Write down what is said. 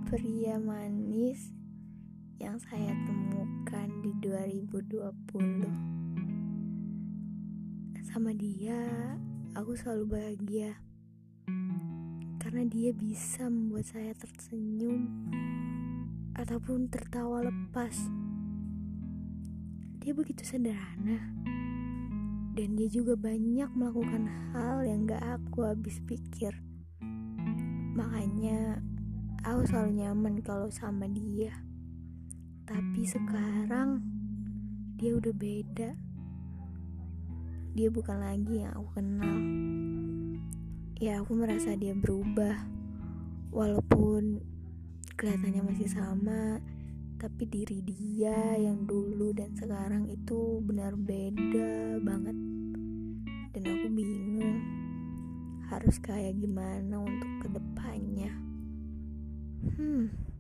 pria manis yang saya temukan di 2020. Sama dia, aku selalu bahagia karena dia bisa membuat saya tersenyum ataupun tertawa lepas. Dia begitu sederhana, dan dia juga banyak melakukan hal yang gak aku habis pikir. Makanya aku selalu nyaman kalau sama dia. Tapi sekarang dia udah beda. Dia bukan lagi yang aku kenal. Ya, aku merasa dia berubah. Walaupun kelihatannya masih sama, tapi diri dia yang dulu dan sekarang itu benar beda banget. Dan aku bingung harus kayak gimana untuk kedepannya.